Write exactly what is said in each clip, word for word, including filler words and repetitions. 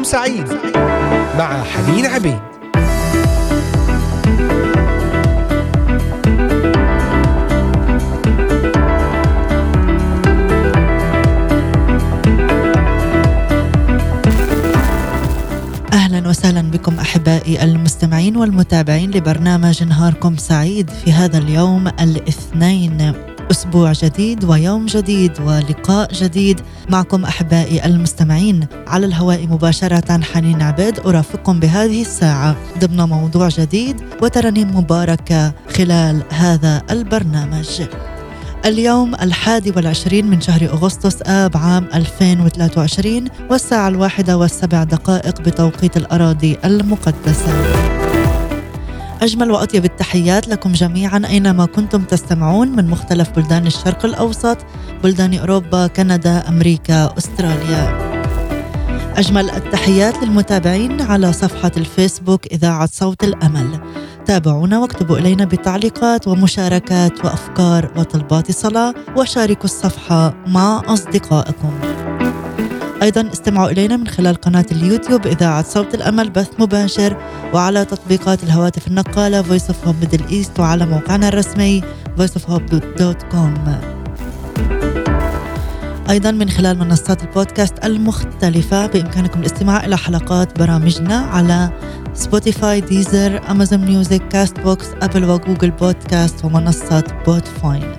سعيد مع حنين عبيد. أهلا وسهلا بكم أحبائي المستمعين والمتابعين لبرنامج نهاركم سعيد في هذا اليوم الاثنين، أسبوع جديد ويوم جديد ولقاء جديد معكم أحبائي المستمعين. على الهواء مباشرة حنين عبيد أرافقكم بهذه الساعة ضمن موضوع جديد وترانيم مباركة خلال هذا البرنامج. اليوم الحادي والعشرين من شهر أغسطس آب عام ألفين وثلاثة وعشرين والساعة الواحدة والسبع دقائق بتوقيت الأراضي المقدسة. أجمل وأطيب التحيات لكم جميعا أينما كنتم تستمعون من مختلف بلدان الشرق الأوسط، بلدان أوروبا، كندا، أمريكا، أستراليا. أجمل التحيات للمتابعين على صفحة الفيسبوك إذاعة صوت الأمل. تابعونا واكتبوا إلينا بتعليقات ومشاركات وأفكار وطلبات صلاة، وشاركوا الصفحة مع أصدقائكم. أيضا استمعوا إلينا من خلال قناة اليوتيوب إذاعة صوت الأمل بث مباشر، وعلى تطبيقات الهواتف النقالة Voice of Hope Middle East، وعلى موقعنا الرسمي voice of hope دوت كوم. أيضا من خلال منصات البودكاست المختلفة بإمكانكم الاستماع إلى حلقات برامجنا على سبوتيفاي، ديزر، أمازون ميوزك، كاست بوكس، أبل وجوجل بودكاست ومنصة بودفاين.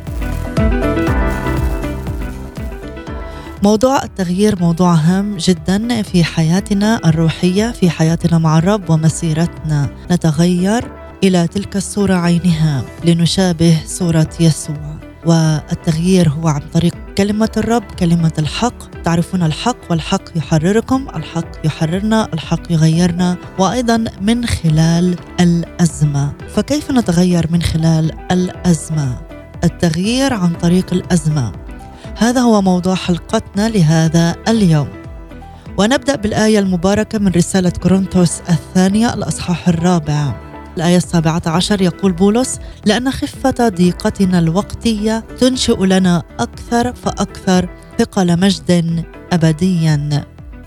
موضوع التغيير موضوع هام جدا في حياتنا الروحية، في حياتنا مع الرب ومسيرتنا. نتغير إلى تلك الصورة عينها لنشابه صورة يسوع، والتغيير هو عن طريق كلمة الرب، كلمة الحق. تعرفون الحق والحق يحرركم، الحق يحررنا، الحق يغيرنا، وأيضا من خلال الأزمة. فكيف نتغير من خلال الأزمة؟ التغيير عن طريق الأزمة، هذا هو موضوع حلقتنا لهذا اليوم. ونبدأ بالآية المباركة من رسالة كورنثوس الثانية الأصحاح الرابع الآية السابعة عشر. يقول بولس: لأن خفة ضيقتنا الوقتية تنشئ لنا أكثر فأكثر ثقل مجد أبديا.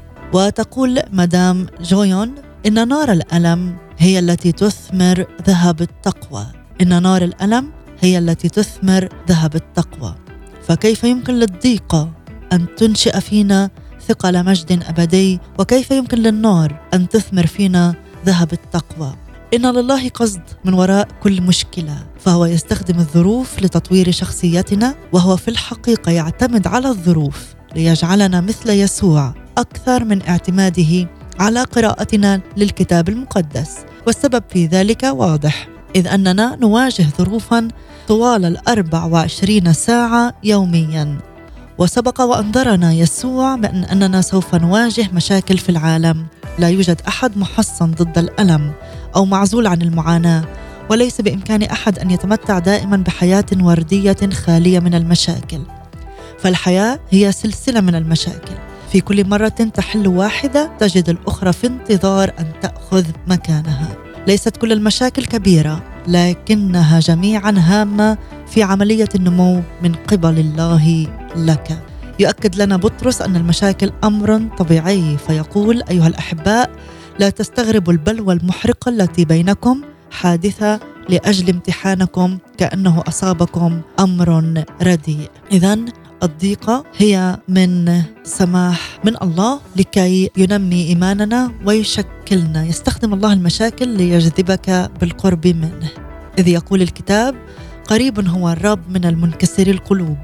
وتقول مدام جويون: إن نار الألم هي التي تثمر ذهب التقوى. إن نار الألم هي التي تثمر ذهب التقوى. فكيف يمكن للضيقة أن تنشئ فينا ثقل مجد أبدي؟ وكيف يمكن للنار أن تثمر فينا ذهب التقوى؟ إن لله قصد من وراء كل مشكلة، فهو يستخدم الظروف لتطوير شخصيتنا، وهو في الحقيقة يعتمد على الظروف ليجعلنا مثل يسوع أكثر من اعتماده على قراءتنا للكتاب المقدس. والسبب في ذلك واضح، إذ أننا نواجه ظروفاً طوال الأربع وعشرين ساعة يومياً. وسبق وأنذرنا يسوع بأن أننا سوف نواجه مشاكل في العالم. لا يوجد أحد محصن ضد الألم أو معزول عن المعاناة، وليس بإمكان أحد أن يتمتع دائماً بحياة وردية خالية من المشاكل. فالحياة هي سلسلة من المشاكل، في كل مرة تحل واحدة تجد الأخرى في انتظار أن تأخذ مكانها. ليست كل المشاكل كبيرة، لكنها جميعا هامة في عملية النمو من قبل الله لك. يؤكد لنا بطرس أن المشاكل أمر طبيعي، فيقول: أيها الأحباء، لا تستغربوا البلوى المحرقة التي بينكم حادثة لأجل امتحانكم كأنه أصابكم أمر رديء. إذن الضيقة هي من سماح من الله لكي ينمي إيماننا ويشكلنا. يستخدم الله المشاكل ليجذبك بالقرب منه، إذ يقول الكتاب: قريب هو الرب من المنكسر القلوب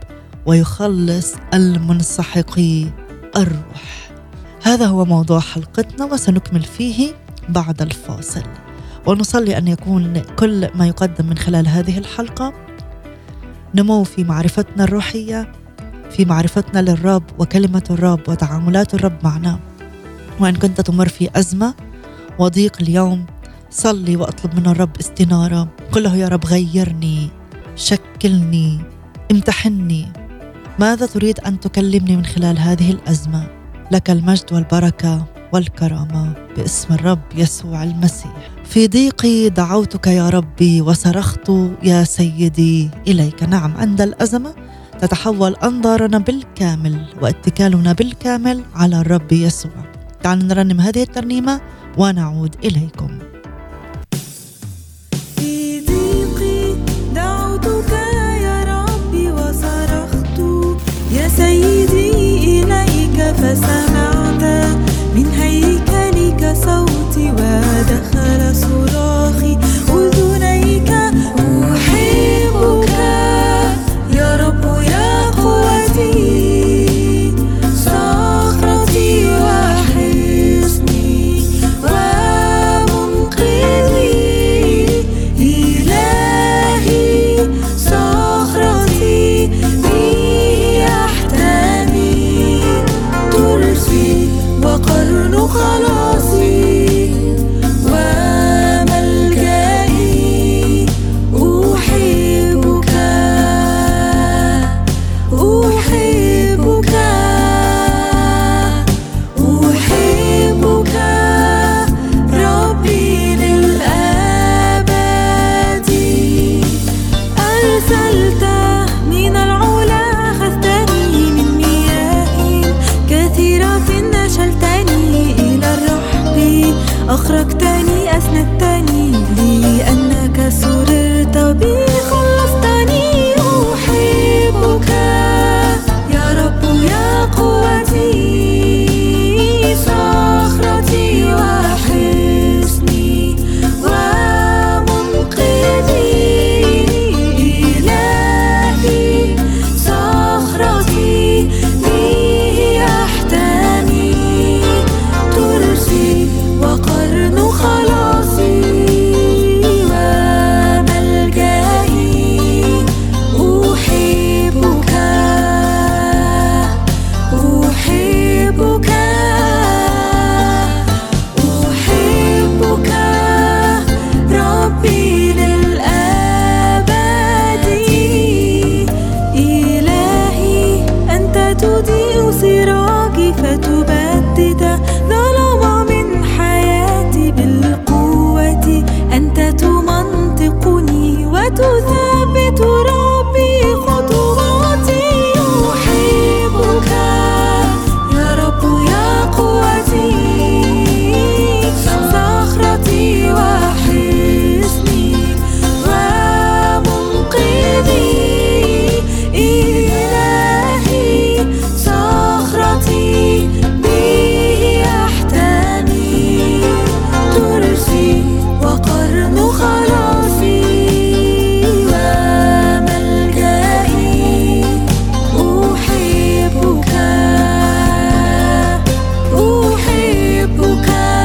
ويخلص المنسحقي الروح. هذا هو موضوع حلقتنا، وسنكمل فيه بعد الفاصل. ونصلي أن يكون كل ما يقدم من خلال هذه الحلقة نمو في معرفتنا الروحية، في معرفتنا للرب وكلمة الرب وتعاملات الرب معنا. وإن كنت تمر في أزمة وضيق اليوم، صلي واطلب من الرب استنارة. قل له: يا رب غيرني، شكلني، امتحني. ماذا تريد أن تكلمني من خلال هذه الأزمة؟ لك المجد والبركة والكرامة باسم الرب يسوع المسيح. في ضيقي دعوتك يا ربي وصرخت يا سيدي إليك. نعم، عند الأزمة تتحول أنظارنا بالكامل واتكالنا بالكامل على الرب يسوع. تعالوا نرنم هذه الترنيمة ونعود إليكم. في ضيقي دعوتك يا ربي وصرخت يا سيدي إليك فسمعت من هيكلك صوتي ودخل صراخي أذنيك. أحبك يا رب يا قوتي صخرتي وحصني ومنقذي إلهي صخرتي بي أحتمي ترسي وقرن خلاصي وملجئي. أحبك أحبك أحبك ربي للأبد. أرسلت من العلا أخذتني من مياه كثيرة نشلتني إلى الرحب أخرجتني أسندتني لأنك سررت بي خلصتني. أحبك يا رب يا قوتي صخرتي وحصني ومنقذي إلهي صخرتي بي أحتمي ترسي وقرن خلاصي وملجئي. أحبك أحبك أحبك ربي للأبد. إلهي أنت تضيء سراجي فتبدد ظلام من حياتي بالقوة. أنت تمنطقني وتثبت ربي خطواتي. أحبك يا رب يا قوتي صخرتي وحصني ومنقذي إلهي صخرتي بي أحتمي ترسي وقرن خلاصي وملجئي. أحبك أحبك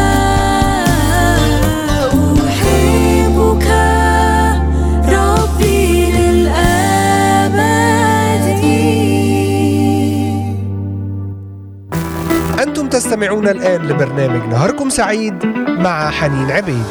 أحبك ربي للأبد. أنتم تستمعون الآن لبرنامج نهاركم سعيد مع حنين عبيد.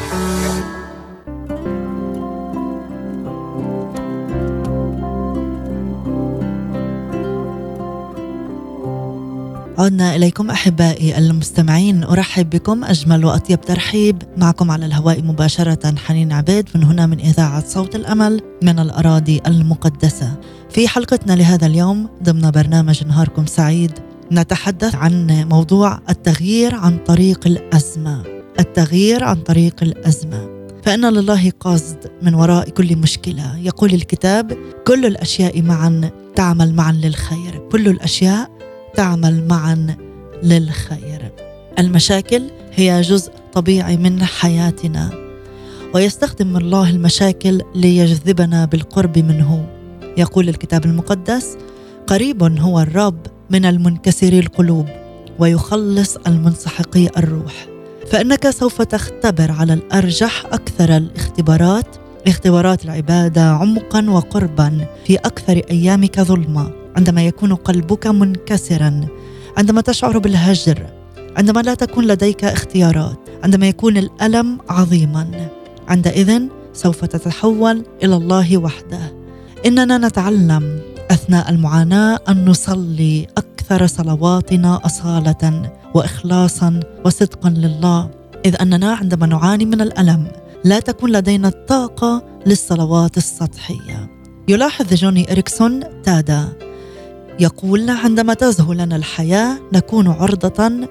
عدنا إليكم أحبائي المستمعين، أرحب بكم أجمل وأطيب ترحيب. معكم على الهواء مباشرة حنين عبيد من هنا من إذاعة صوت الأمل من الأراضي المقدسة. في حلقتنا لهذا اليوم ضمن برنامج نهاركم سعيد نتحدث عن موضوع التغيير عن طريق الأزمة. التغيير عن طريق الأزمة، فإن لله قصد من وراء كل مشكلة. يقول الكتاب: كل الأشياء معا تعمل معا للخير، كل الأشياء تعمل معا للخير. المشاكل هي جزء طبيعي من حياتنا، ويستخدم الله المشاكل ليجذبنا بالقرب منه. يقول الكتاب المقدس: قريب هو الرب من المنكسري القلوب ويخلص المنسحقي الروح. فإنك سوف تختبر على الأرجح أكثر الاختبارات، اختبارات العبادة عمقا وقربا في أكثر أيامك ظلمة، عندما يكون قلبك منكسرا، عندما تشعر بالهجر، عندما لا تكون لديك اختيارات، عندما يكون الألم عظيما. عندئذ سوف تتحول إلى الله وحده. إننا نتعلم أثناء المعاناة أن نصلي أكثر صلواتنا أصالة وإخلاصا وصدقا لله، إذ أننا عندما نعاني من الألم لا تكون لدينا الطاقة للصلوات السطحية. يلاحظ جوني إريكسون تادا يقول: عندما تزهو لنا الحياة نكون عرضة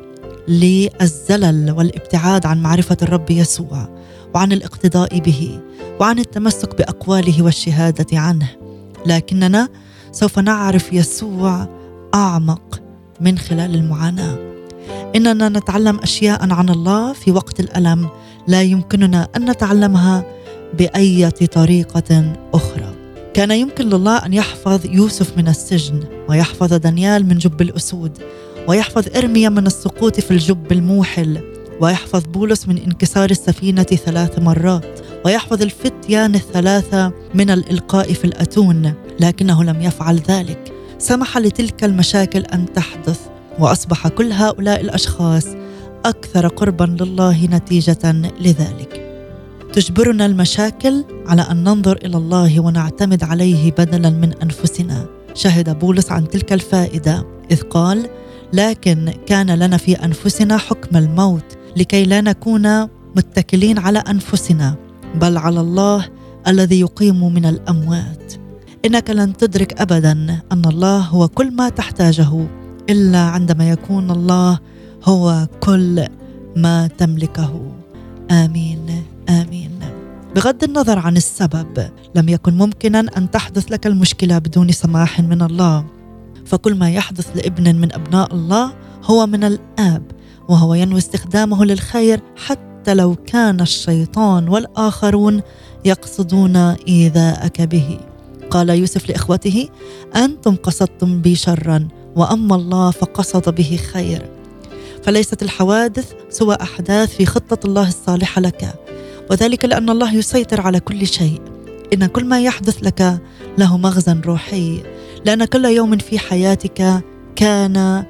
للزلل والابتعاد عن معرفة الرب يسوع وعن الاقتداء به وعن التمسك بأقواله والشهادة عنه، لكننا سوف نعرف يسوع أعمق من خلال المعاناة. إننا نتعلم أشياء عن الله في وقت الألم لا يمكننا أن نتعلمها بأي طريقة أخرى. كان يمكن لله أن يحفظ يوسف من السجن، ويحفظ دانيال من جب الأسود، ويحفظ إرميا من السقوط في الجب الموحل، ويحفظ بولس من انكسار السفينة ثلاث مرات، ويحفظ الفتيان الثلاثة من الإلقاء في الأتون، لكنه لم يفعل ذلك. سمح لتلك المشاكل أن تحدث، وأصبح كل هؤلاء الأشخاص أكثر قرباً لله نتيجة لذلك. تجبرنا المشاكل على أن ننظر إلى الله ونعتمد عليه بدلاً من أنفسنا. شهد بولس عن تلك الفائدة إذ قال: لكن كان لنا في أنفسنا حكم الموت لكي لا نكون متكلين على أنفسنا بل على الله الذي يقيم من الأموات. إنك لن تدرك أبداً أن الله هو كل ما تحتاجه إلا عندما يكون الله هو كل ما تملكه. آمين آمين. بغض النظر عن السبب، لم يكن ممكنا أن تحدث لك المشكلة بدون سماح من الله، فكل ما يحدث لابن من أبناء الله هو من الآب، وهو ينوي استخدامه للخير حتى لو كان الشيطان والآخرون يقصدون إيذاءك به. قال يوسف لإخوته: أنتم قصدتم بي شرا وأما الله فقصد به خير. فليست الحوادث سوى أحداث في خطة الله الصالحة لك، وذلك لأن الله يسيطر على كل شيء. إن كل ما يحدث لك له مغزى روحي، لأن كل يوم في حياتك كان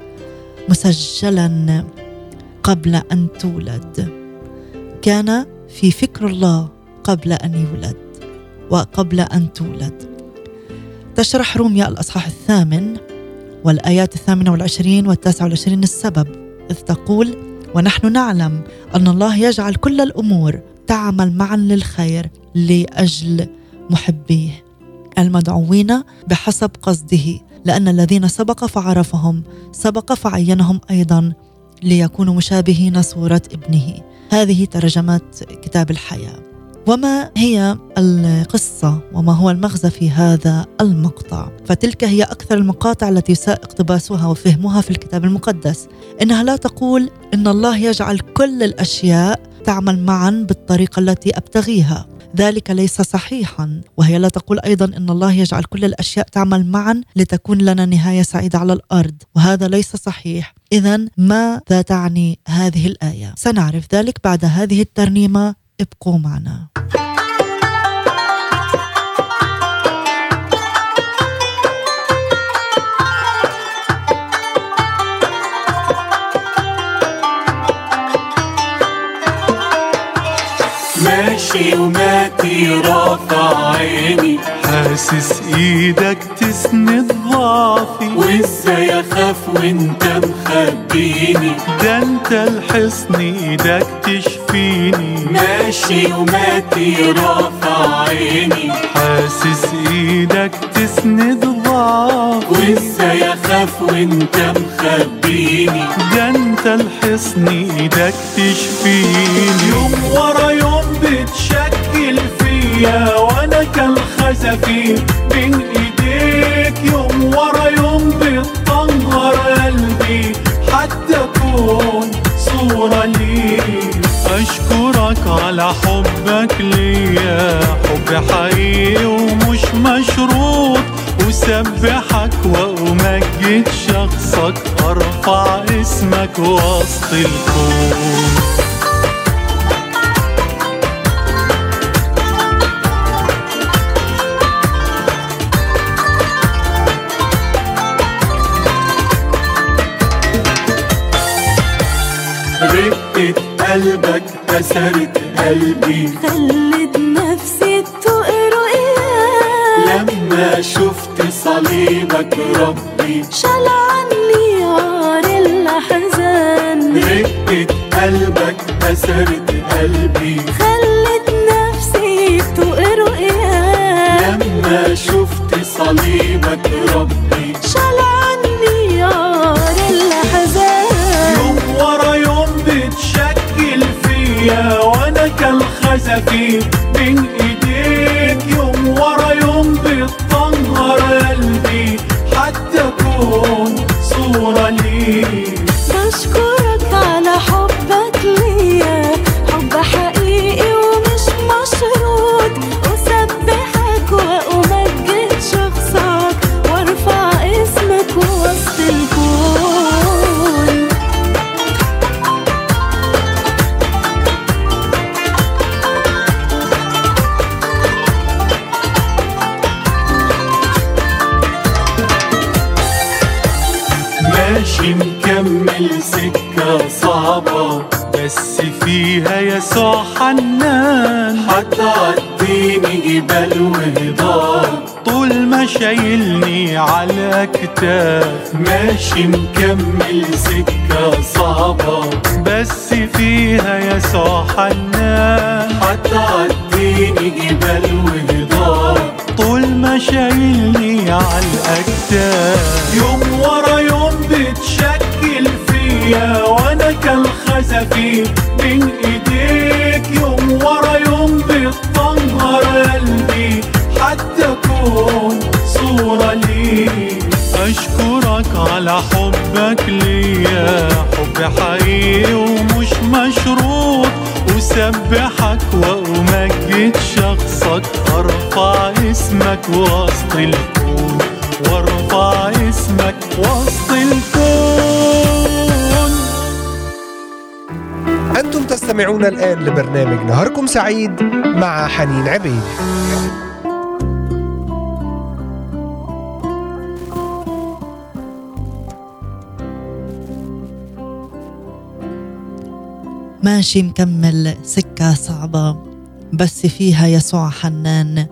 مسجلا قبل أن تولد، كان في فكر الله قبل أن يولد وقبل أن تولد. تشرح روميا الأصحاح الثامن والآيات الثامنة والعشرين والتاسع والعشرين السبب، إذ تقول: ونحن نعلم أن الله يجعل كل الأمور تعمل معا للخير لأجل محبيه المدعوين بحسب قصده، لأن الذين سبق فعرفهم سبق فعينهم أيضا ليكونوا مشابهين صورة ابنه. هذه ترجمة كتاب الحياة. وما هي القصة وما هو المغزى في هذا المقطع؟ فتلك هي أكثر المقاطع التي يساء اقتباسها وفهمها في الكتاب المقدس. إنها لا تقول إن الله يجعل كل الأشياء تعمل معا بالطريقة التي أبتغيها، ذلك ليس صحيحا. وهي لا تقول أيضا إن الله يجعل كل الأشياء تعمل معا لتكون لنا نهاية سعيدة على الأرض، وهذا ليس صحيح. إذن ماذا تعني هذه الآية؟ سنعرف ذلك بعد هذه الترنيمة. ابقوا معنا. ماشي وماتي رافع عيني، حاسس ايدك تسند ضعفي، وازاي اخاف وانت مخبيني، ده انت الحصن ايدك تشفيني. ماشي وماتي رافع عيني، حاسس ايدك تسند ضعفي، وازاي اخاف وانت مخبيني، ده انت الحصن ايدك تشفيني. يوم ورا يوم بتشكل فيا وانا كالخزفي بين ايديك، يوم ورا يوم بتطهر قلبي حتى اكون صورة ليك. اشكرك على حبك ليا، حب حقيقي ومش مشروط، وسبحك وامجد شخصك، ارفع اسمك وسط الكون. رقة قلبك كسرت قلبي، خلت نفسي تقرأ إياه، لما شفت صليبك ربي شال عني عار الأحزان. رقة قلبك كسرت قلبي، خلت نفسي تقرأ إياه، لما شفت صليبك ربي شال عني عار الأحزان. يوم ورا يوم خزفي بين ايديك، يوم ورا يوم بتطهر قلبي حتى اكون صورة ليك. بشكرك على حبك ليا، حب حقيقي ومش مشروط، وسبحك وأمجد شخصك وارفع اسمك وسط الكون. ماشي مكمل سكة صعبة بس فيها يسوع حنان، هتعديني جبال وهضاب طول ما شايلني على كتاف. ماشي مكمل سكة صعبة بس فيها يسوع حنان، هتعديني جبال وهضاب طول ما شايلني على الأكتاف. يوم ورا يوم بتشكل فيا وانا كالخزفي بين ايديك، يوم ورا يوم بتطهر قلبي حتى اكون صورة ليك. اشكرك على حبك ليا، حب حقيقي ومش مشروط، وسبحك وأمجد شخصك، أرفع اسمك وسط الكون، وارفع اسمك وسط الكون. أنتم تستمعون الآن لبرنامج نهاركم سعيد مع حنين عبيد. ماشي مكمل سكة صعبة بس فيها يسوع حنان،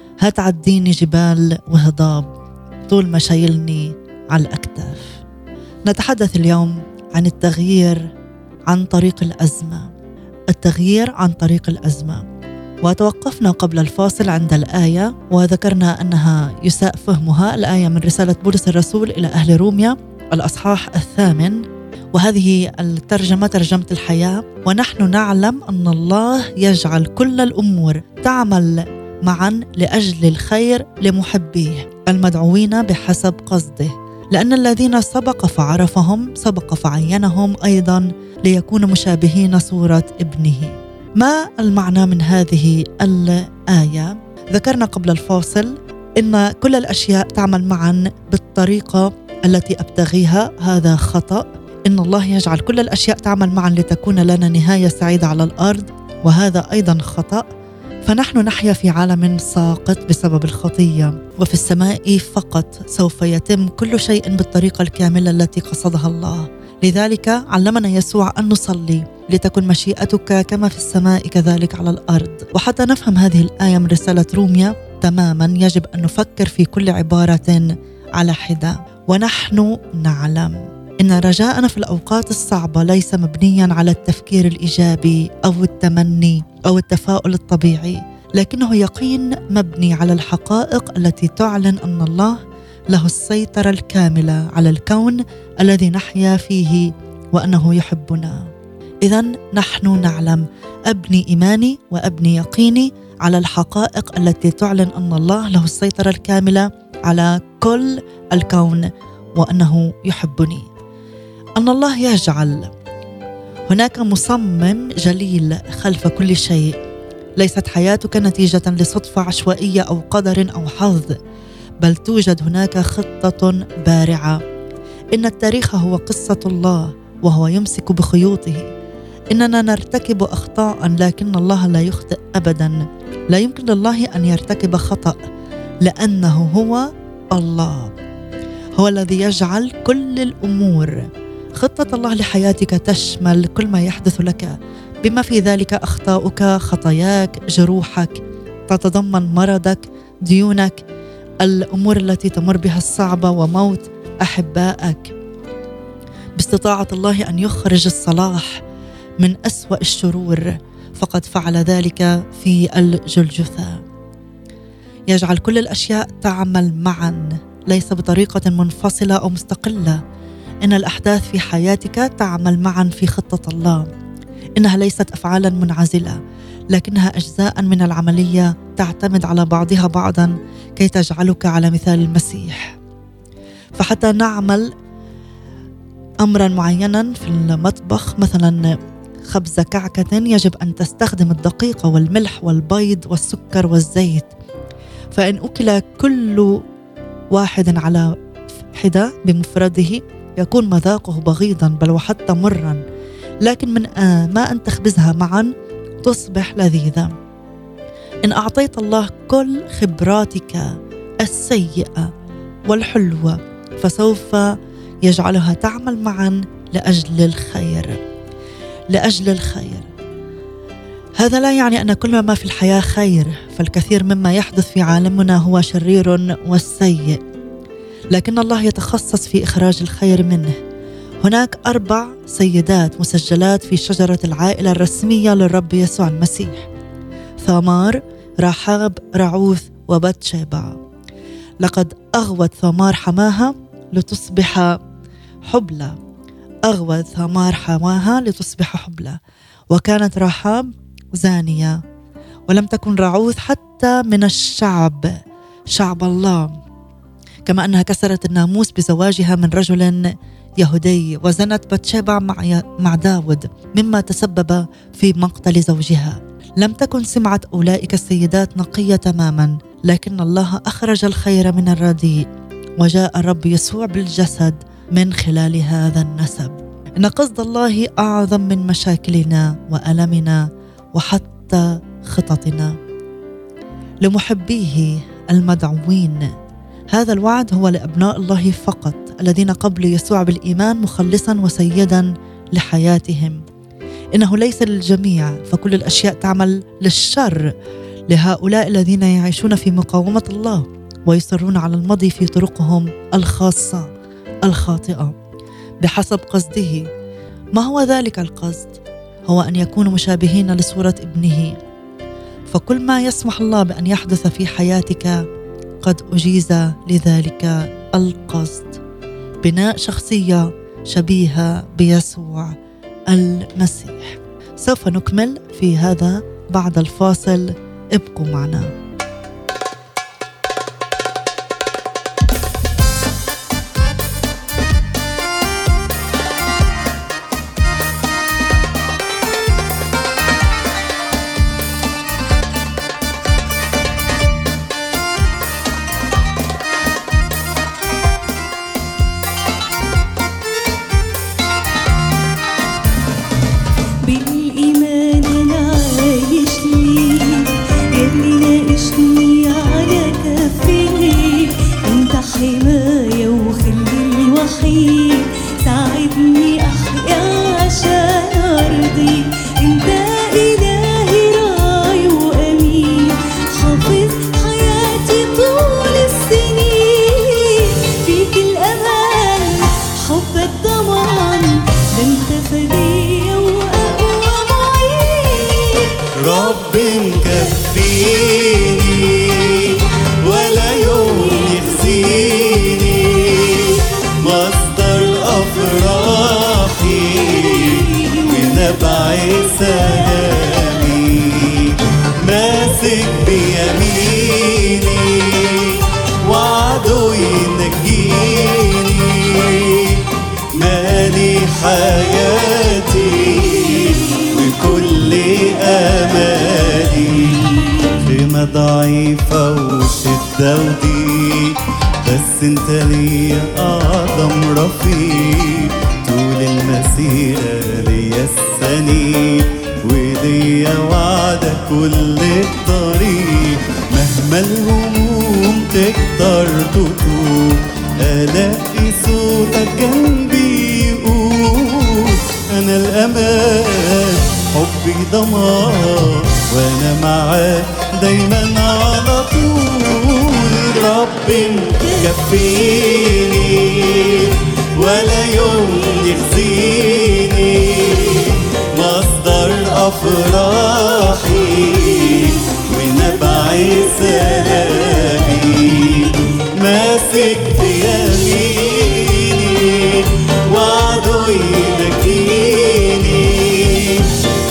هتعديني جبال وهضاب طول ما شايلني على الأكتاف. نتحدث اليوم عن التغيير عن طريق الأزمة، التغيير عن طريق الأزمة. وتوقفنا قبل الفاصل عند الآية وذكرنا أنها يساء فهمها، الآية من رسالة بولس الرسول إلى أهل روميا الأصحاح الثامن، وهذه الترجمة ترجمة الحياة. ونحن نعلم أن الله يجعل كل الأمور تعمل معا لأجل الخير لمحبيه المدعوين بحسب قصده، لأن الذين سبق فعرفهم سبق فعينهم أيضا ليكونوا مشابهين صورة ابنه. ما المعنى من هذه الآية؟ ذكرنا قبل الفاصل إن كل الأشياء تعمل معا بالطريقة التي أبتغيها، هذا خطأ. إن الله يجعل كل الأشياء تعمل معا لتكون لنا نهاية سعيدة على الأرض، وهذا أيضا خطأ. فنحن نحيا في عالم ساقط بسبب الخطية، وفي السماء فقط سوف يتم كل شيء بالطريقة الكاملة التي قصدها الله. لذلك علمنا يسوع أن نصلي لتكن مشيئتك كما في السماء كذلك على الأرض. وحتى نفهم هذه الآية من رسالة روميا تماما يجب أن نفكر في كل عبارة على حدة. ونحن نعلم إن رجاءنا في الأوقات الصعبة ليس مبنيا على التفكير الإيجابي أو التمني أو التفاؤل الطبيعي، لكنه يقين مبني على الحقائق التي تعلن أن الله له السيطرة الكاملة على الكون الذي نحيا فيه، وأنه يحبنا. إذن نحن نعلم، أبني إيماني وأبني يقيني على الحقائق التي تعلن أن الله له السيطرة الكاملة على كل الكون، وأنه يحبني. أن الله يجعل هناك مصمم جليل خلف كل شيء. ليست حياتك نتيجة لصدفة عشوائية أو قدر أو حظ، بل توجد هناك خطة بارعة. إن التاريخ هو قصة الله وهو يمسك بخيوطه. إننا نرتكب أخطاء لكن الله لا يخطئ أبدا. لا يمكن لله أن يرتكب خطأ، لأنه هو الله، هو الذي يجعل كل الأمور. خطة الله لحياتك تشمل كل ما يحدث لك، بما في ذلك أخطاؤك، خطاياك، جروحك، تتضمن مرضك، ديونك، الأمور التي تمر بها الصعبة، وموت أحبائك. باستطاعة الله أن يخرج الصلاح من أسوأ الشرور، فقد فعل ذلك في الجلجثة. يجعل كل الأشياء تعمل معا، ليس بطريقة منفصلة أو مستقلة. إن الأحداث في حياتك تعمل معا في خطة الله. إنها ليست أفعالا منعزلة، لكنها أجزاء من العملية تعتمد على بعضها بعضا كي تجعلك على مثال المسيح. فحتى نعمل أمرا معينا في المطبخ، مثلا خبز كعكة، يجب أن تستخدم الدقيق والملح والبيض والسكر والزيت. فإن أكل كل واحد على حدة بمفرده يكون مذاقه بغيضا بل وحتى مرا، لكن من آه ما أن تخبزها معا تصبح لذيذة. إن أعطيت الله كل خبراتك السيئة والحلوة فسوف يجعلها تعمل معا لأجل الخير، لأجل الخير. هذا لا يعني أن كل ما في الحياة خير، فالكثير مما يحدث في عالمنا هو شرير والسيء، لكن الله يتخصص في إخراج الخير منه. هناك أربع سيدات مسجلات في شجرة العائلة الرسمية للرب يسوع المسيح: ثمار، رحاب، رعوث، وبتشيبع. لقد أغوت ثمار حماها لتصبح حبلى، أغوت ثمار حماها لتصبح حبلى. وكانت رحاب زانية، ولم تكن رعوث حتى من الشعب، شعب الله، كما أنها كسرت الناموس بزواجها من رجل يهودي، وزنت بتشيبع مع مع داود مما تسبب في مقتل زوجها. لم تكن سمعة أولئك السيدات نقية تماما، لكن الله أخرج الخير من الرديء، وجاء الرب يسوع بالجسد من خلال هذا النسب. إن قصد الله أعظم من مشاكلنا وألمنا وحتى خططنا. لمحبيه المدعوين هذا الوعد هو لأبناء الله فقط، الذين قبلوا يسوع بالإيمان مخلصا وسيدا لحياتهم. إنه ليس للجميع، فكل الأشياء تعمل للشر لهؤلاء الذين يعيشون في مقاومة الله ويصرون على المضي في طرقهم الخاصة الخاطئة بحسب قصده. ما هو ذلك القصد؟ هو أن يكونوا مشابهين لصورة ابنه. فكل ما يسمح الله بأن يحدث في حياتك قد أجيز لذلك القصد: بناء شخصية شبيهة بيسوع المسيح. سوف نكمل في هذا بعد الفاصل، ابقوا معنا. ضعيفة وشدة وضيق، بس انت ليا أعظم رفيق. طول المسيرة ليا السنين، وليا وعدك كل الطريق. مهما الهموم تكتر تطول، ألاقي صوتك جنبي يقول أنا الأمان، حبي ضمان، وأنا معاك دايما على طول. ربي مكفيني ولا يوم يخزيني، مصدر أفراحي ونبع سلامي. ماسك بيميني وعده ينجيني،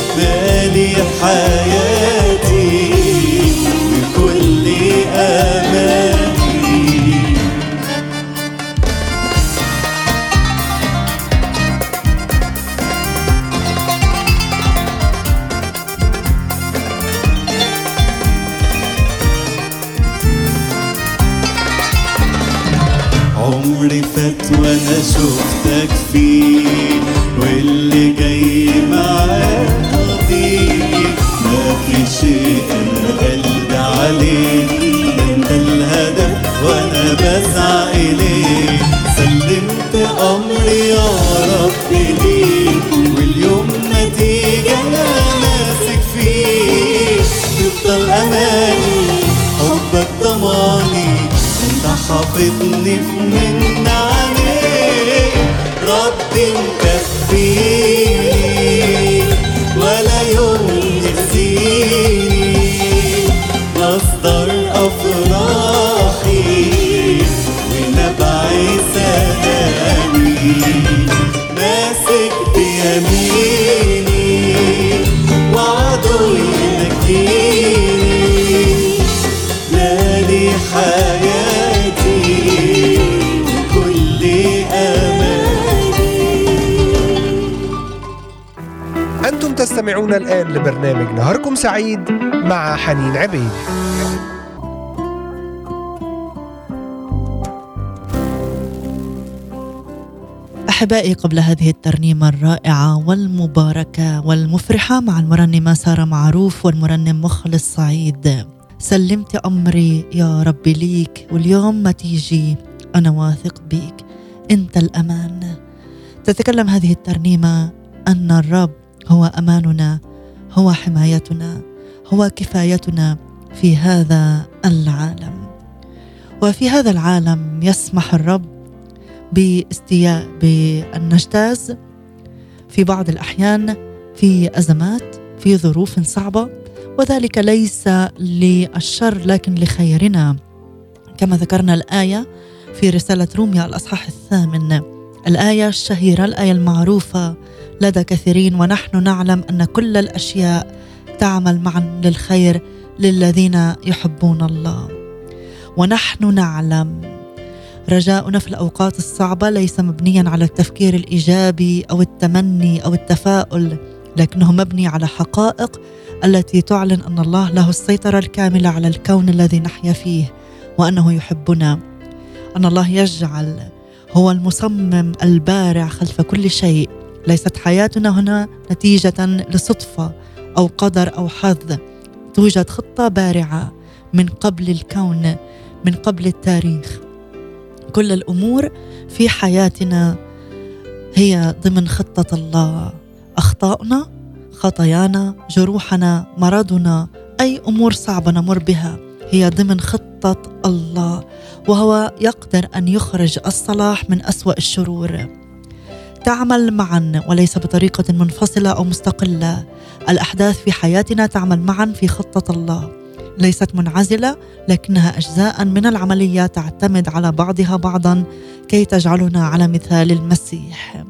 أنا شفتك فيه واللي جاي معاه هضيق. ما في شيء أنا قلبي عليه، أنت الهدف وأنا بسعى إليه. سلمت أمري يا رب ليك، واليوم ما تيجي أنا ماسك فيه. تفضل أماني حبك ضماني، انت حافظني في من عينيك. ربي مكفيني ولا يوم يخزيني، مصدر أفراحي ونبع سلامي. ماسك بيميني وعدو ينجيني، لالي حياتي وكل أماني. أنتم تستمعون الآن لبرنامج نهاركم سعيد مع حنين عبيد. أحبائي، قبل هذه الترنيمة الرائعة والمباركة والمفرحة مع المرنمة سارة معروف والمرنم مخلص سعيد، سلمت أمري يا ربي ليك، واليوم ما تيجي أنا واثق بيك، أنت الأمان. تتكلم هذه الترنيمة أن الرب هو أماننا، هو حمايتنا، هو كفايتنا في هذا العالم. وفي هذا العالم يسمح الرب باستياء بأن نجتاز في بعض الأحيان في أزمات، في ظروف صعبة، وذلك ليس للشر لكن لخيرنا، كما ذكرنا الآية في رسالة روميا الأصحاح الثامن، الآية الشهيرة، الآية المعروفة لدى كثيرين: ونحن نعلم أن كل الأشياء تعمل معا للخير للذين يحبون الله. ونحن نعلم. رجاؤنا في الأوقات الصعبة ليس مبنيا على التفكير الإيجابي أو التمني أو التفاؤل، لكنه مبني على حقائق التي تعلن أن الله له السيطرة الكاملة على الكون الذي نحيا فيه، وأنه يحبنا، أن الله يجعل هو المصمم البارع خلف كل شيء. ليست حياتنا هنا نتيجة لصدفة أو قدر أو حظ، توجد خطة بارعة من قبل الكون، من قبل التاريخ. كل الأمور في حياتنا هي ضمن خطة الله. أخطاؤنا، خطايانا، جروحنا، مرضنا، أي أمور صعبة نمر بها هي ضمن خطة الله، وهو يقدر أن يخرج الصلاح من أسوأ الشرور. تعمل معا وليس بطريقة منفصلة أو مستقلة. الأحداث في حياتنا تعمل معا في خطة الله، ليست منعزلة لكنها أجزاء من العملية تعتمد على بعضها بعضا كي تجعلنا على مثال المسيح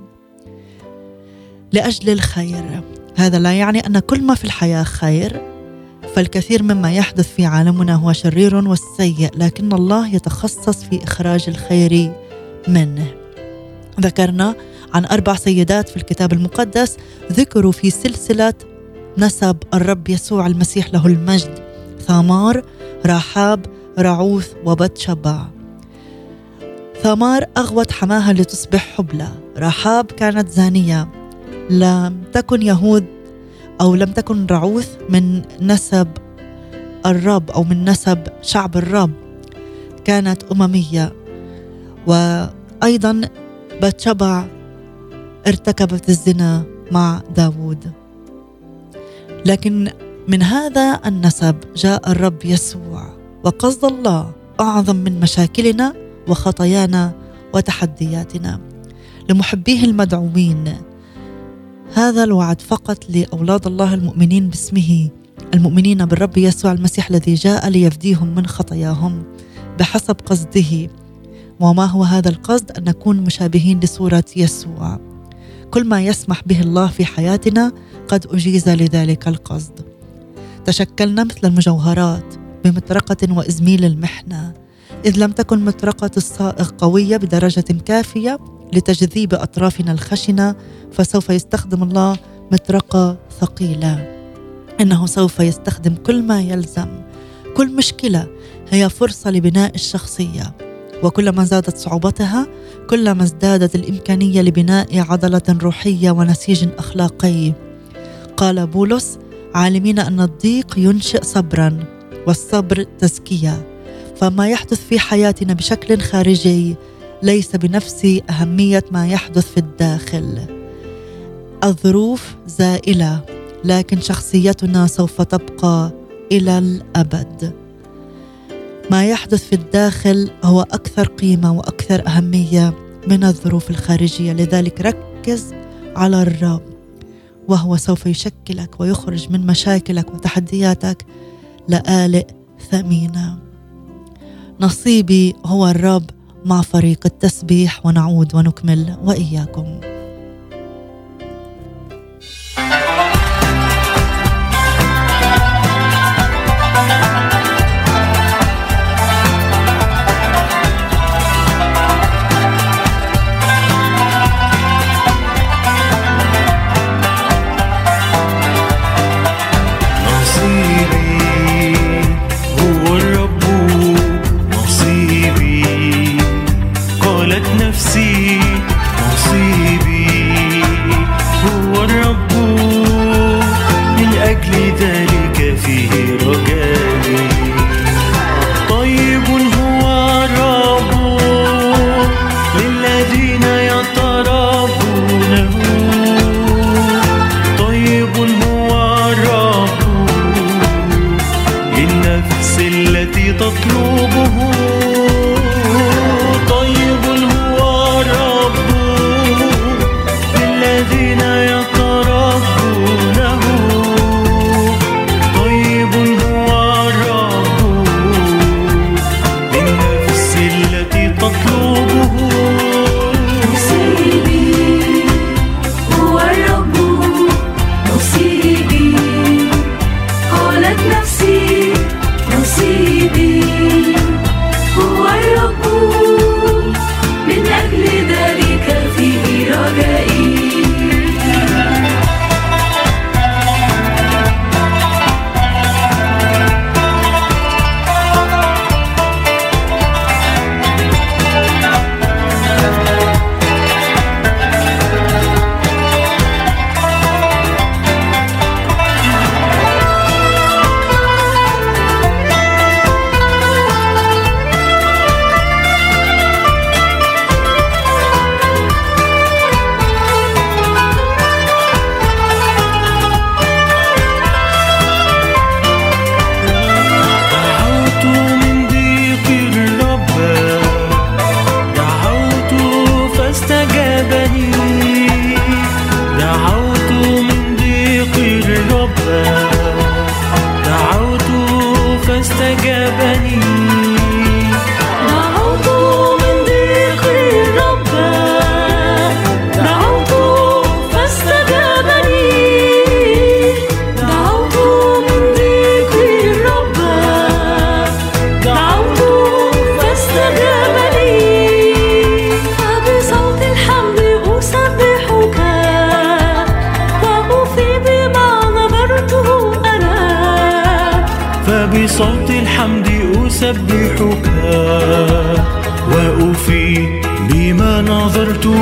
لأجل الخير. هذا لا يعني أن كل ما في الحياة خير، فالكثير مما يحدث في عالمنا هو شرير والسيء، لكن الله يتخصص في إخراج الخير منه. ذكرنا عن أربع سيدات في الكتاب المقدس ذكروا في سلسلة نسب الرب يسوع المسيح له المجد: ثامار، راحاب، رعوث، وبتشبع. ثامار أغوت حماها لتصبح حبلى. راحاب كانت زانية، لم تكن يهود أو لم تكن رعوث من نسب الرب أو من نسب شعب الرب، كانت أممية. وأيضا بتشبع ارتكبت الزنا مع داود. لكن من هذا النسب جاء الرب يسوع، وقصد الله أعظم من مشاكلنا وخطايانا وتحدياتنا. لمحبيه المدعوين هذا الوعد فقط لأولاد الله المؤمنين باسمه، المؤمنين بالرب يسوع المسيح الذي جاء ليفديهم من خطاياهم بحسب قصده. وما هو هذا القصد؟ أن نكون مشابهين لصورة يسوع. كل ما يسمح به الله في حياتنا قد أجيز لذلك القصد. تشكلنا مثل المجوهرات بمطرقة وإزميل المحنة، إذ لم تكن مطرقة الصائغ قوية بدرجة كافية لتجذيب أطرافنا الخشنة، فسوف يستخدم الله مطرقة ثقيلة. إنه سوف يستخدم كل ما يلزم. كل مشكلة هي فرصة لبناء الشخصية، وكلما زادت صعوبتها كلما ازدادت الإمكانية لبناء عضلة روحية ونسيج أخلاقي. قال بولس: عالمين أن الضيق ينشئ صبرا والصبر تزكية. فما يحدث في حياتنا بشكل خارجي ليس بنفس أهمية ما يحدث في الداخل. الظروف زائلة، لكن شخصيتنا سوف تبقى إلى الأبد. ما يحدث في الداخل هو أكثر قيمة وأكثر أهمية من الظروف الخارجية. لذلك ركز على الرب، وهو سوف يشكلك ويخرج من مشاكلك وتحدياتك لآلئ ثمينة. نصيبي هو الرب مع فريق التسبيح، ونعود ونكمل وإياكم. فبصوت الحمد أسبحك وأوفي بما نظرته.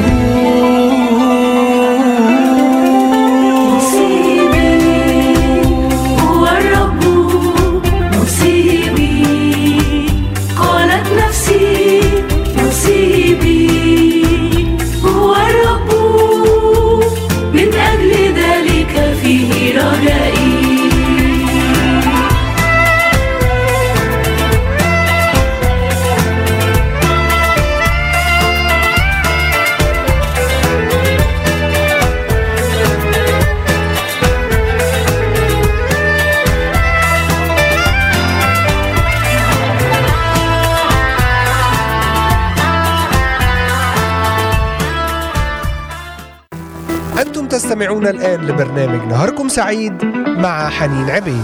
أنتم تستمعون الآن لبرنامج نهاركم سعيد مع حنين عبيد.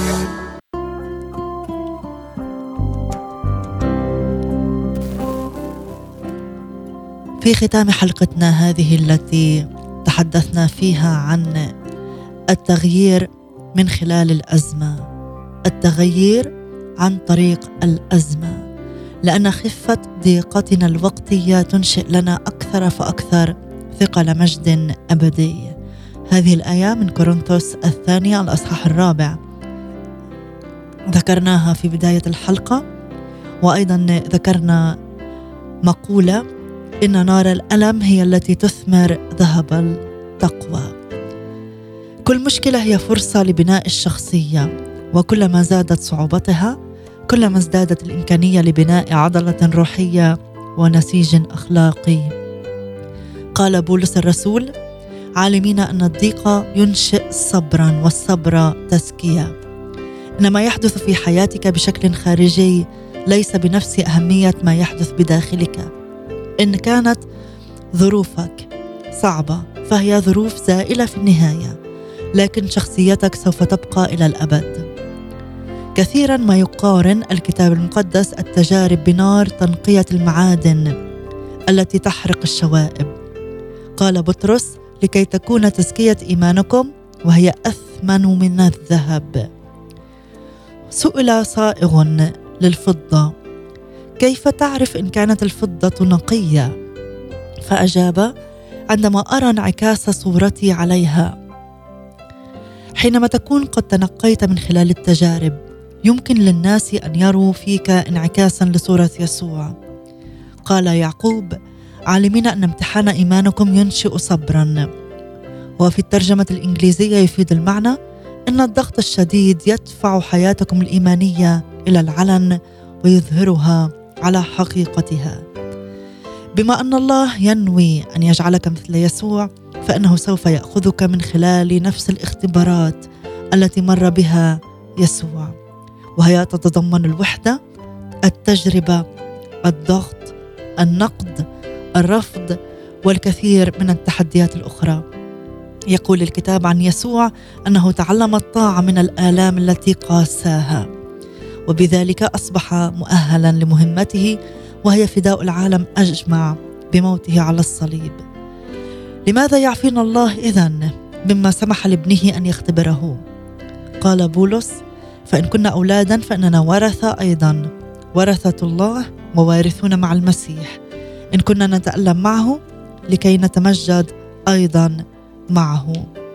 في ختام حلقتنا هذه التي تحدثنا فيها عن التغيير من خلال الأزمة، التغيير عن طريق الأزمة. لأن خفة ضيقتنا الوقتية تنشئ لنا أكثر فأكثر ثقل مجد أبدي. هذه الآية من كورنثوس الثانية الأصحاح الرابع، ذكرناها في بداية الحلقة، وأيضا ذكرنا مقولة إن نار الألم هي التي تثمر ذهب التقوى. كل مشكلة هي فرصة لبناء الشخصية، وكلما زادت صعوبتها كلما ازدادت الإمكانية لبناء عضلة روحية ونسيج أخلاقي. قال بولس الرسول: عالمين أن الضيق ينشئ صبرا، والصبر تزكية. إن ما يحدث في حياتك بشكل خارجي ليس بنفس أهمية ما يحدث بداخلك. إن كانت ظروفك صعبة فهي ظروف زائلة في النهاية، لكن شخصيتك سوف تبقى إلى الأبد. كثيرا ما يقارن الكتاب المقدس التجارب بنار تنقية المعادن التي تحرق الشوائب. قال بطرس: لكي تكون تزكية إيمانكم وهي أثمن من الذهب. سئل صائغ للفضة: كيف تعرف إن كانت الفضة نقية؟ فأجاب: عندما أرى انعكاس صورتي عليها. حينما تكون قد تنقيت من خلال التجارب يمكن للناس أن يروا فيك انعكاسا لصورة يسوع. قال يعقوب: عالمين أن امتحان إيمانكم ينشئ صبرا. وفي الترجمة الإنجليزية يفيد المعنى إن الضغط الشديد يدفع حياتكم الإيمانية إلى العلن ويظهرها على حقيقتها. بما أن الله ينوي أن يجعلك مثل يسوع فإنه سوف يأخذك من خلال نفس الاختبارات التي مر بها يسوع، وهي تتضمن الوحدة، التجربة، الضغط، النقد، الرفض، والكثير من التحديات الأخرى. يقول الكتاب عن يسوع أنه تعلم الطاعة من الآلام التي قاساها، وبذلك أصبح مؤهلا لمهمته، وهي فداء العالم أجمع بموته على الصليب. لماذا يعفينا الله إذن مما سمح لابنه أن يختبره؟ قال بولس: فإن كنا أولادا فإننا ورثة أيضا، ورثة الله ووارثون مع المسيح، إن كنا نتألم معه لكي نتمجد أيضا معه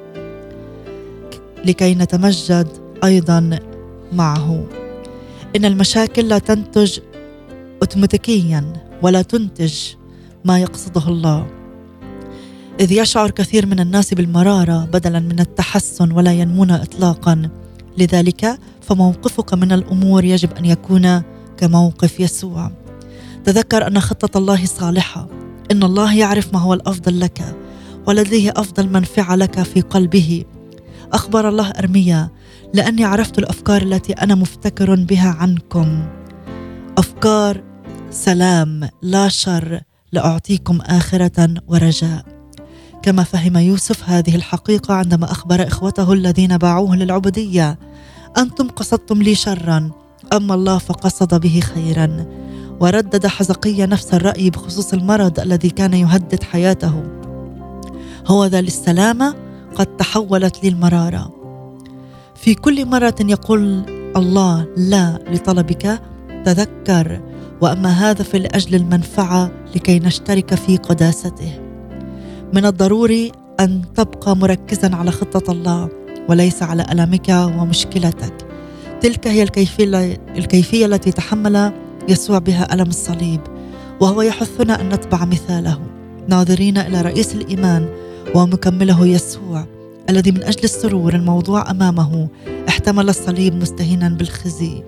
لكي نتمجد أيضا معه. إن المشاكل لا تنتج أوتوماتيكيا ولا تنتج ما يقصده الله، إذ يشعر كثير من الناس بالمرارة بدلا من التحسن ولا ينمون إطلاقا. لذلك فموقفك من الأمور يجب أن يكون كموقف يسوع. تذكر أن خطة الله صالحة، إن الله يعرف ما هو الأفضل لك ولديه أفضل منفعة لك في قلبه. أخبر الله أرميا: لأني عرفت الأفكار التي أنا مفتكر بها عنكم، أفكار سلام لا شر، لأعطيكم آخرة ورجاء. كما فهم يوسف هذه الحقيقة عندما أخبر إخوته الذين باعوه للعبودية: أنتم قصدتم لي شرا، أما الله فقصد به خيرا. وردد حزقية نفس الرأي بخصوص المرض الذي كان يهدد حياته: هو ذا للسلامة قد تحولت لي المرارة. في كل مرة يقول الله لا لطلبك تذكر: وأما هذا فلأجل المنفعة لكي نشترك في قداسته. من الضروري أن تبقى مركزا على خطة الله وليس على ألمك ومشكلتك. تلك هي الكيفية, الكيفية التي تحمل يسوع بها ألم الصليب، وهو يحثنا أن نتبع مثاله، ناظرين إلى رئيس الإيمان ومكمله يسوع الذي من أجل السرور الموضوع أمامه احتمل الصليب مستهينا بالخزي.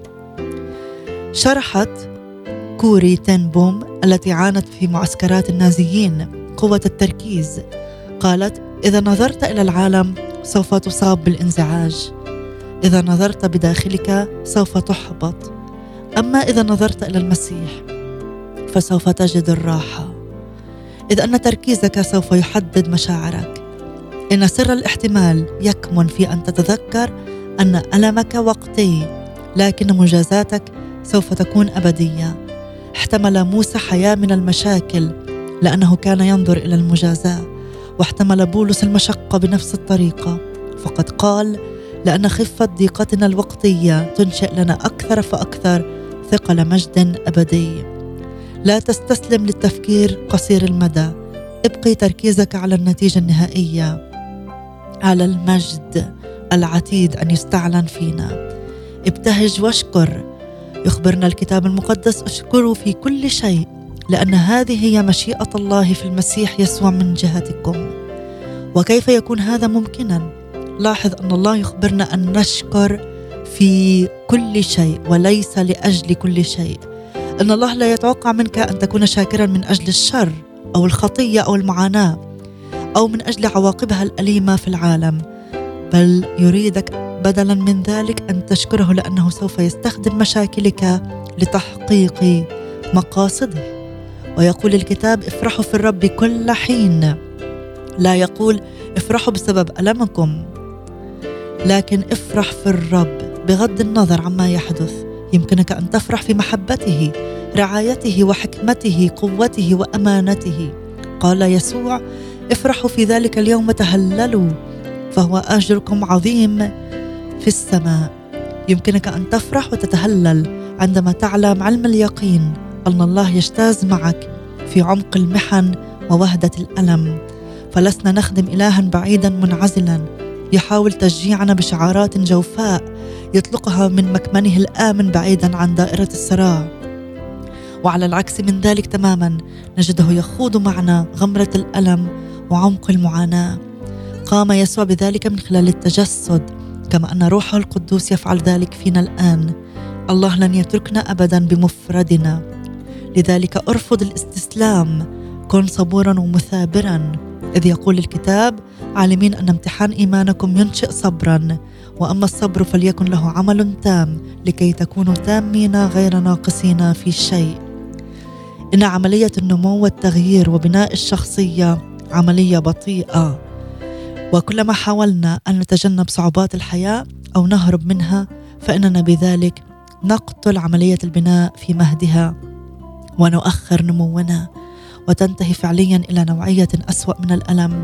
شرحت كوري تنبوم التي عانت في معسكرات النازيين قوة التركيز. قالت: إذا نظرت إلى العالم سوف تصاب بالانزعاج، إذا نظرت بداخلك سوف تحبط، أما إذا نظرت إلى المسيح فسوف تجد الراحة، إذ أن تركيزك سوف يحدد مشاعرك. إن سر الاحتمال يكمن في أن تتذكر أن ألمك وقتي، لكن مجازاتك سوف تكون أبدية. احتمل موسى حياة من المشاكل لأنه كان ينظر إلى المجازاة، واحتمل بولس المشقة بنفس الطريقة، فقد قال: لأن خفة ضيقتنا الوقتية تنشئ لنا أكثر فأكثر ثقل مجد أبدي. لا تستسلم للتفكير قصير المدى، ابقي تركيزك على النتيجة النهائية، على المجد العتيد أن يستعلن فينا. ابتهج واشكر. يخبرنا الكتاب المقدس: اشكروا في كل شيء لأن هذه هي مشيئة الله في المسيح يسوع من جهتكم. وكيف يكون هذا ممكنا؟ لاحظ أن الله يخبرنا أن نشكر في كل شيء وليس لأجل كل شيء. أن الله لا يتوقع منك أن تكون شاكرا من أجل الشر أو الخطية أو المعاناة أو من أجل عواقبها الأليمة في العالم، بل يريدك بدلا من ذلك أن تشكره لأنه سوف يستخدم مشاكلك لتحقيق مقاصده. ويقول الكتاب: افرحوا في الرب كل حين. لا يقول افرحوا بسبب ألمكم، لكن افرح في الرب بغض النظر عما يحدث. يمكنك أن تفرح في محبته، رعايته وحكمته، قوته وأمانته. قال يسوع: افرحوا في ذلك اليوم وتهللوا فهو أجركم عظيم في السماء. يمكنك أن تفرح وتتهلل عندما تعلم علم اليقين أن الله يجتاز معك في عمق المحن ووهدة الألم. فلسنا نخدم إلها بعيدا منعزلا يحاول تشجيعنا بشعارات جوفاء يطلقها من مكمنه الآمن بعيدا عن دائرة الصراع. وعلى العكس من ذلك تماما نجده يخوض معنا غمرة الألم وعمق المعاناة. قام يسوع بذلك من خلال التجسد، كما أن روحه القدوس يفعل ذلك فينا الآن. الله لن يتركنا أبدا بمفردنا، لذلك أرفض الاستسلام، كن صبورا ومثابرا، إذ يقول الكتاب: عالمين أن امتحان إيمانكم ينشئ صبرا، وأما الصبر فليكن له عمل تام لكي تكونوا تامين غير ناقصين في شيء. إن عملية النمو والتغيير وبناء الشخصية عملية بطيئة، وكلما حاولنا أن نتجنب صعوبات الحياة أو نهرب منها فإننا بذلك نقتل عملية البناء في مهدها ونؤخر نمونا، وتنتهي فعليا إلى نوعية أسوأ من الألم.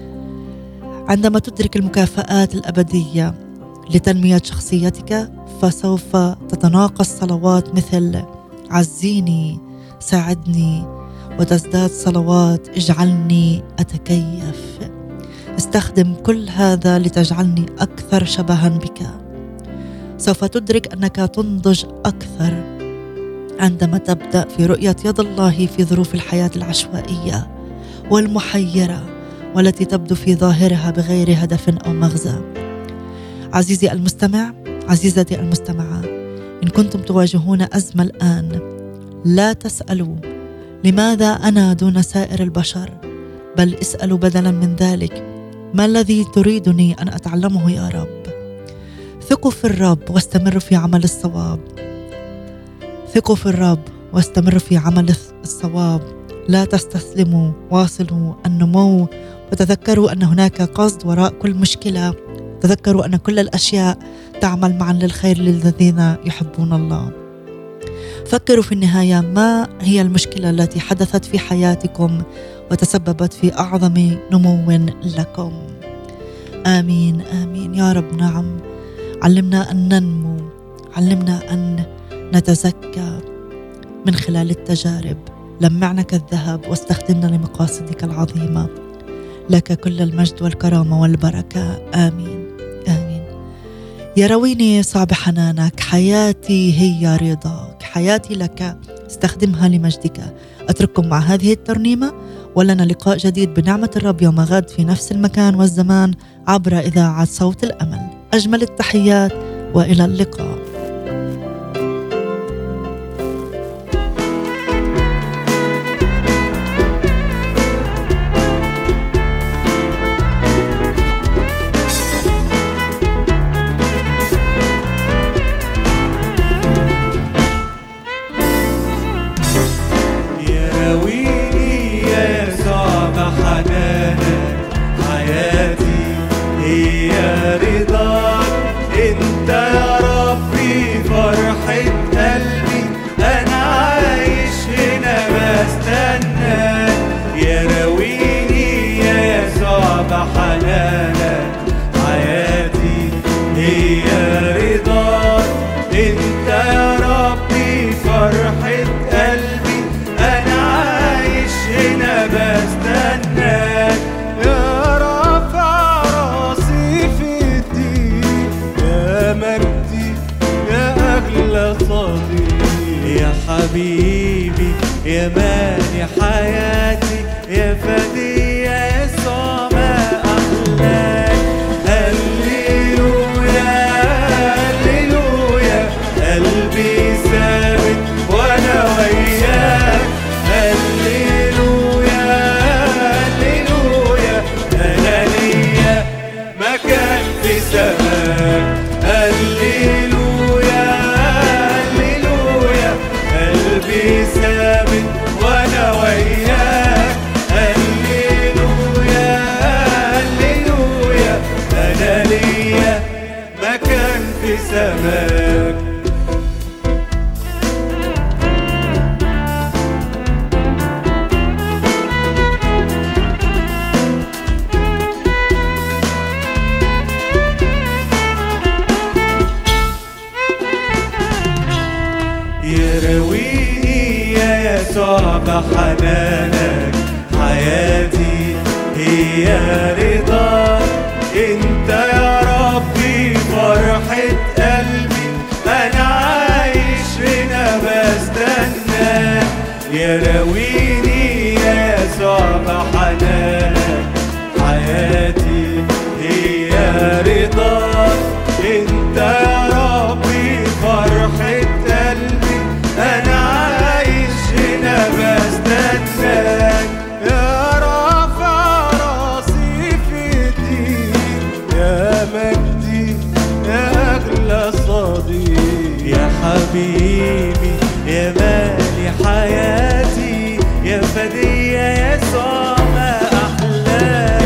عندما تدرك المكافآت الأبدية لتنمية شخصيتك فسوف تتناقص صلوات مثل عزيني، ساعدني، وتزداد صلوات اجعلني أتكيف. استخدم كل هذا لتجعلني أكثر شبها بك. سوف تدرك أنك تنضج أكثر عندما تبدأ في رؤية يد الله في ظروف الحياة العشوائية والمحيرة والتي تبدو في ظاهرها بغير هدف أو مغزى. عزيزي المستمع، عزيزتي المستمعة، إن كنتم تواجهون أزمة الآن لا تسألوا لماذا أنا دون سائر البشر، بل اسألوا بدلا من ذلك: ما الذي تريدني أن أتعلمه يا رب؟ ثقوا في الرب واستمروا في عمل الصواب. ثقوا في الرب واستمروا في عمل الصواب. لا تستسلموا، واصلوا النمو، وتذكروا أن هناك قصد وراء كل مشكلة. تذكروا أن كل الأشياء تعمل معا للخير للذين يحبون الله. فكروا في النهاية ما هي المشكلة التي حدثت في حياتكم وتسببت في أعظم نمو لكم. آمين آمين يا رب. نعم، علمنا أن ننمو، علمنا أن نتزكى من خلال التجارب. لمعنا كالذهب واستخدمنا لمقاصدك العظيمة. لك كل المجد والكرامة والبركة. آمين آمين. يرويني صعب حنانك، حياتي هي رضاك، حياتي لك، استخدمها لمجدك. أترككم مع هذه الترنيمة، ولنا لقاء جديد بنعمة الرب يوم غد في نفس المكان والزمان عبر إذاعة صوت الأمل. أجمل التحيات وإلى اللقاء. حياتي هي رضاك، انت يا ربي يسوع بحنانك حياتي هي رضاك. انت يا ربي فرحة قلبي، انا عايش هنا بستناك. يا راويني يا يسوع بحنانك حياتي هي رضاك. انت يا ربي فرحة قلبي، انا عايش هنا بستناك. يا رافع راسي في ايديك، يا مجدي يا اغلى صديق. يا حبيبي يا مالي حياتي، يا فدية يسوع ما أحلاك.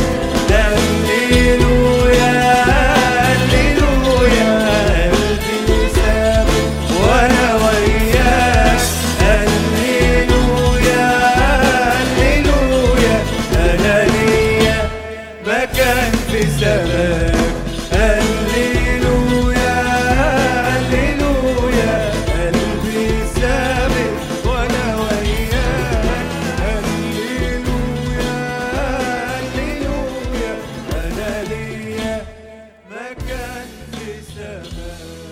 هللويا هللويا قلبي ثابت وأنا وياك. هللويا هللويا أنا ليا مكان في سماك. هللويا هللويا قلبي ثابت وأنا وياك. هللويا هللويا أنا ليا مكان في سماك.